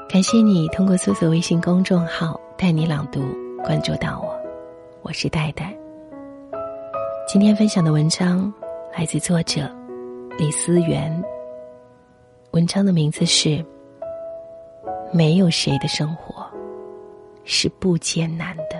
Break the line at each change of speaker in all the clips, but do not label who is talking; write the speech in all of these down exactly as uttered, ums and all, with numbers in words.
感谢你通过搜索微信公众号带你朗读关注到我，我是戴戴。今天分享的文章来自作者李思源，文章的名字是没有谁的生活是不艰难的。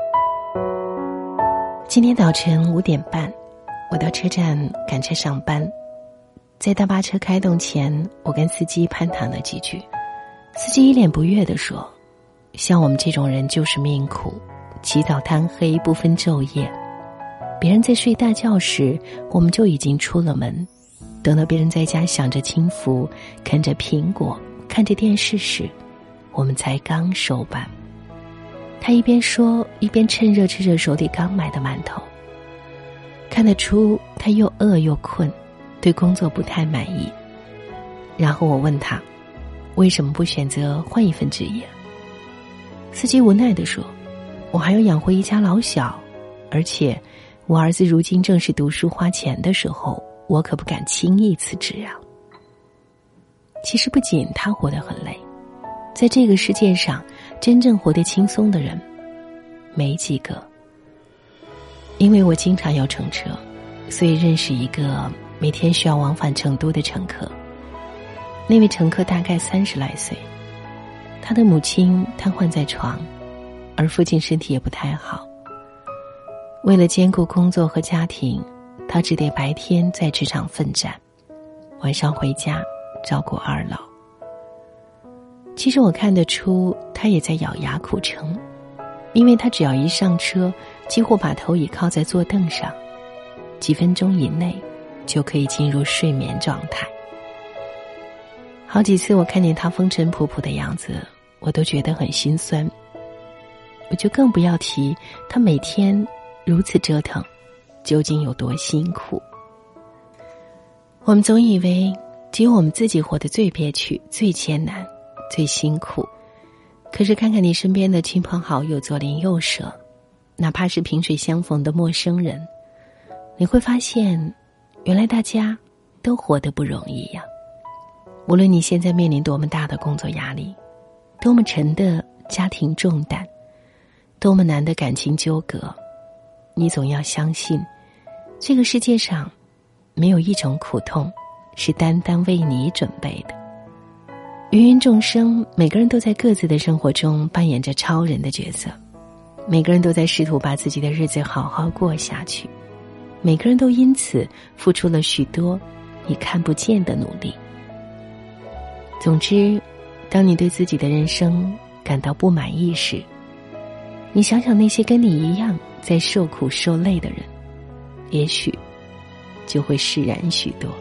今天早晨五点半，我到车站赶车上班，在大巴车开动前，我跟司机攀谈了几句。司机一脸不悦地说，像我们这种人就是命苦，起早贪黑不分昼夜，别人在睡大觉时我们就已经出了门，等到别人在家享着清福，啃着苹果，看着电视时，我们才刚收班。他一边说一边趁热吃着手里刚买的馒头，看得出他又饿又困，对工作不太满意。然后我问他为什么不选择换一份职业。司机无奈地说，我还要养活一家老小，而且我儿子如今正是读书花钱的时候，我可不敢轻易辞职啊。其实不仅他活得很累，在这个世界上真正活得轻松的人没几个。因为我经常要乘车，所以认识一个每天需要往返成都的乘客。那位乘客大概三十来岁，他的母亲瘫痪在床，而父亲身体也不太好。为了兼顾工作和家庭，他只得白天在职场奋战，晚上回家照顾二老。其实我看得出他也在咬牙苦撑，因为他只要一上车，几乎把头倚靠在坐凳上，几分钟以内就可以进入睡眠状态。好几次我看见他风尘仆仆的样子，我都觉得很心酸。我就更不要提他每天如此折腾究竟有多辛苦。我们总以为只有我们自己活得最憋屈、最艰难、最辛苦，可是看看你身边的亲朋好友左邻右舍，哪怕是萍水相逢的陌生人，你会发现原来大家都活得不容易呀。无论你现在面临多么大的工作压力，多么沉的家庭重担，多么难的感情纠葛，你总要相信，这个世界上没有一种苦痛是单单为你准备的。芸芸众生，每个人都在各自的生活中扮演着超人的角色，每个人都在试图把自己的日子好好过下去，每个人都因此付出了许多你看不见的努力。总之，当你对自己的人生感到不满意时，你想想那些跟你一样在受苦受累的人，也许就会释然许多。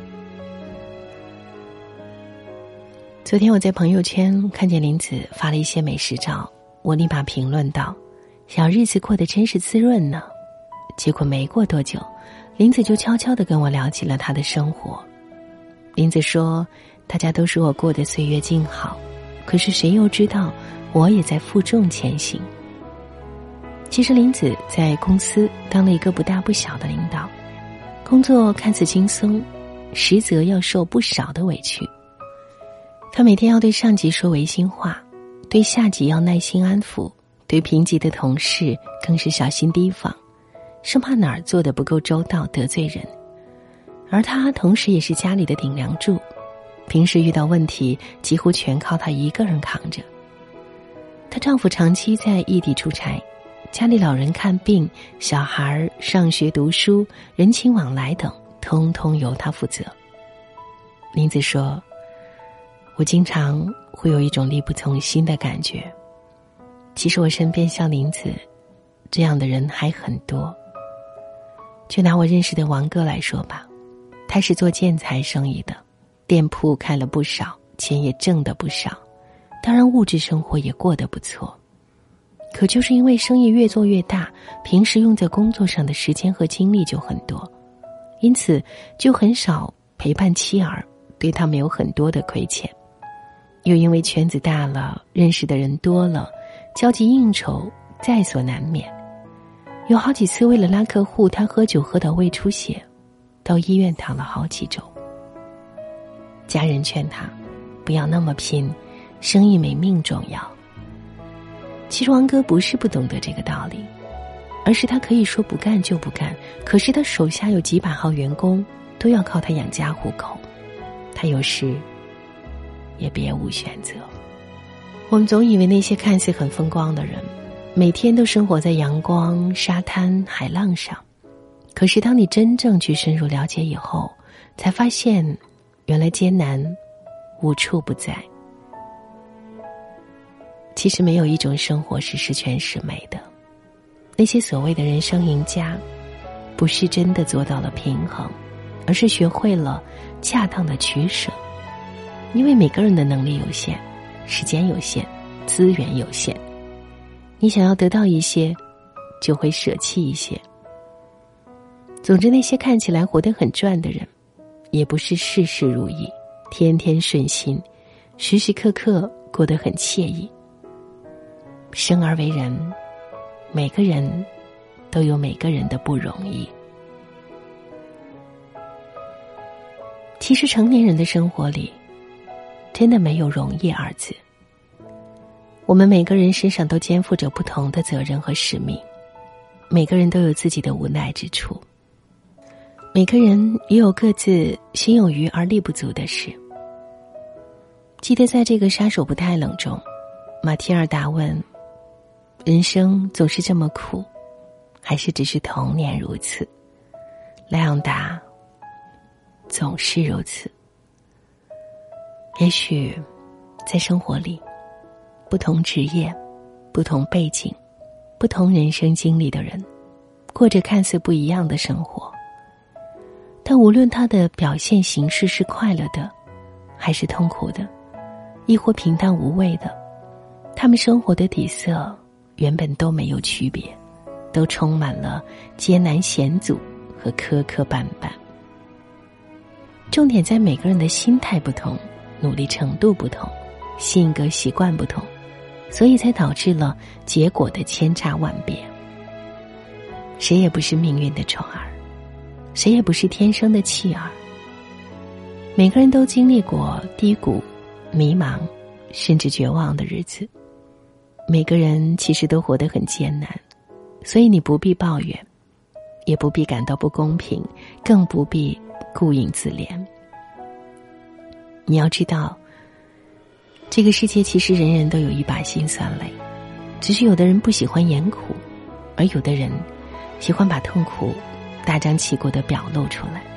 昨天我在朋友圈看见林子发了一些美食照，我立马评论道，小日子过得真是滋润呢。结果没过多久，林子就悄悄地跟我聊起了她的生活。林子说，大家都说我过得岁月静好，可是谁又知道我也在负重前行。其实林子在公司当了一个不大不小的领导，工作看似轻松，实则要受不少的委屈。他每天要对上级说违心话，对下级要耐心安抚，对平级的同事更是小心提防，生怕哪儿做得不够周到得罪人。而他同时也是家里的顶梁柱，平时遇到问题几乎全靠他一个人扛着。她丈夫长期在异地出差，家里老人看病、小孩上学读书、人情往来等通通由她负责。林子说，我经常会有一种力不从心的感觉。其实我身边像林子这样的人还很多。就拿我认识的王哥来说吧，他是做建材生意的，店铺开了不少，钱也挣得不少，当然物质生活也过得不错。可就是因为生意越做越大，平时用在工作上的时间和精力就很多，因此就很少陪伴妻儿，对他们有很多的亏欠。又因为圈子大了，认识的人多了，交际应酬在所难免。有好几次为了拉客户，他喝酒喝到胃出血，到医院躺了好几周。家人劝他不要那么拼， 生意没命重要。其实王哥不是不懂得这个道理，而是他可以说不干就不干，可是他手下有几百号员工，都要靠他养家糊口，他有时也别无选择。我们总以为那些看似很风光的人，每天都生活在阳光、沙滩、海浪上，可是当你真正去深入了解以后，才发现原来艰难无处不在。其实没有一种生活是十全十美的，那些所谓的人生赢家，不是真的做到了平衡，而是学会了恰当的取舍。因为每个人的能力有限，时间有限，资源有限，你想要得到一些，就会舍弃一些。总之，那些看起来活得很赚的人，也不是事事如意，天天顺心，时时刻刻过得很惬意。生而为人，每个人都有每个人的不容易。其实成年人的生活里，真的没有容易二字。我们每个人身上都肩负着不同的责任和使命，每个人都有自己的无奈之处，每个人也有各自心有余而力不足的事。记得在这个杀手不太冷中，马提尔达问，人生总是这么苦，还是只是童年如此？莱昂达，总是如此。也许在生活里，不同职业、不同背景、不同人生经历的人，过着看似不一样的生活，但无论他的表现形式是快乐的，还是痛苦的，亦或平淡无味的，他们生活的底色原本都没有区别，都充满了艰难险阻和磕磕绊绊。重点在每个人的心态不同，努力程度不同，性格习惯不同，所以才导致了结果的千差万别。谁也不是命运的宠儿，谁也不是天生的弃儿。每个人都经历过低谷、迷茫，甚至绝望的日子。每个人其实都活得很艰难，所以你不必抱怨，也不必感到不公平，更不必顾影自怜。你要知道，这个世界其实人人都有一把辛酸泪，只是有的人不喜欢言苦，而有的人喜欢把痛苦大张旗鼓地表露出来。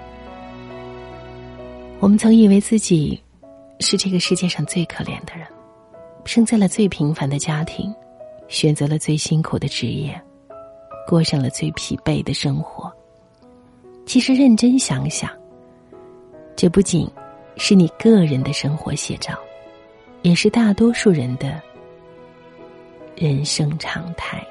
我们曾以为自己是这个世界上最可怜的人，生在了最平凡的家庭，选择了最辛苦的职业，过上了最疲惫的生活。其实认真想想，这不仅是你个人的生活写照，也是大多数人的人生常态。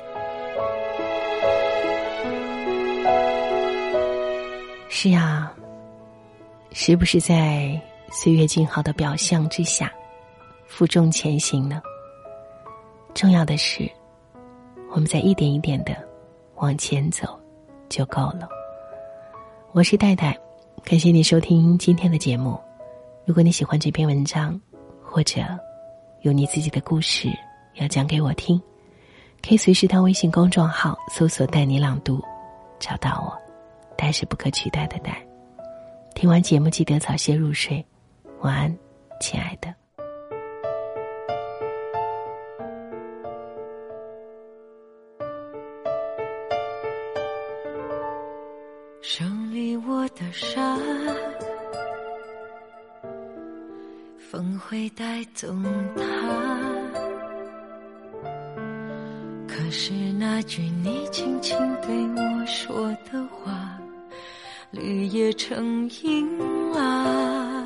是啊，是不是在岁月静好的表象之下负重前行呢？重要的是我们在一点一点的往前走就够了。我是戴戴，感谢你收听今天的节目。如果你喜欢这篇文章，或者有你自己的故事要讲给我听，可以随时到微信公众号搜索带你朗读找到我。戴是不可取代的戴。听完节目记得早些入睡，晚安，亲爱的。
手里握的沙，风会带走它，可是那句你轻轻对我说的话，绿叶成荫啦，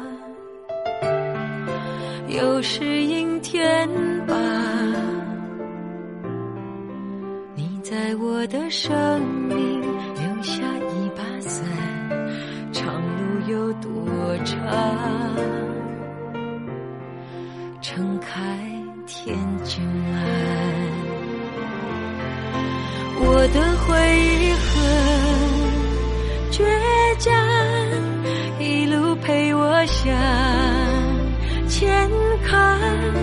又是阴天吧，你在我的生命留下一把伞，长路有多长，撑开天就蓝。我的回忆很倔强，一路陪我向前看，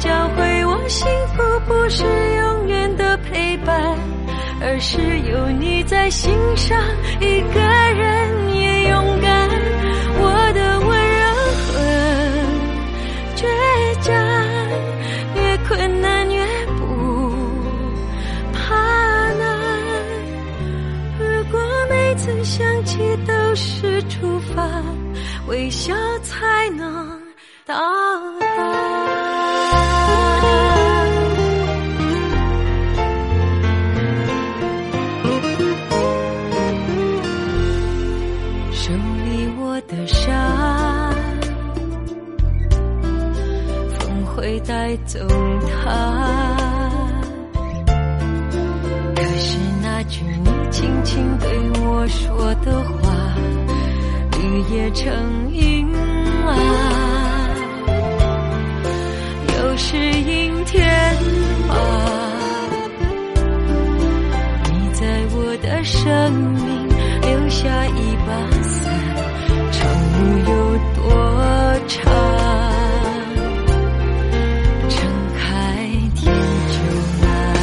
教会我幸福不是永远的陪伴，而是有你在心上，一个人也勇敢。我的温柔很倔强，越困难越不怕难。如果每次想起都是出发，微笑才能到达。手里握的沙，风会带走它。可是那句你轻轻对我说的话，雨也成荫啊。又是阴天吧，你在我的生命留下一把伞，长路有多长，撑开天就蓝。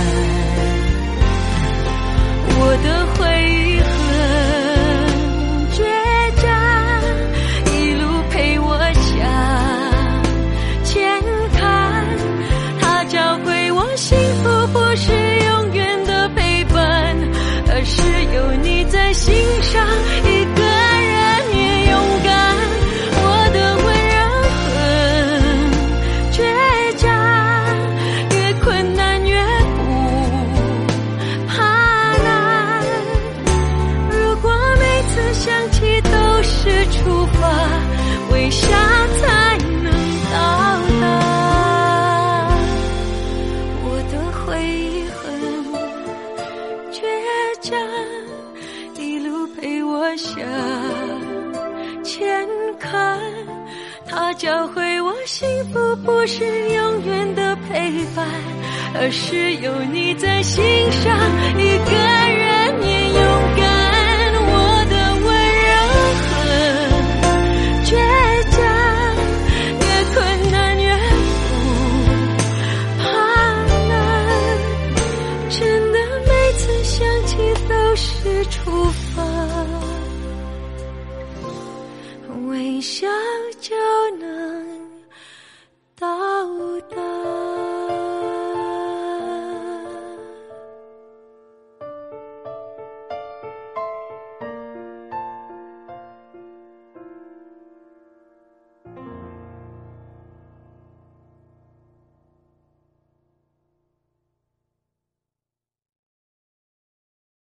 我的回忆很倔强，一路陪我向前看。它教会我幸福不是永远的陪伴，而是有你在心上，一个人也勇敢。我的温柔很倔强，越困难越不怕难。如果每次想起都是出发，微笑才能到达。我的回忆很倔强，一路陪我向前看。它教会我幸福不是永远的陪伴，而是有你在心上，一个人也勇敢。我的温柔很倔强，越困难越不怕难。真的每次想起都是出发。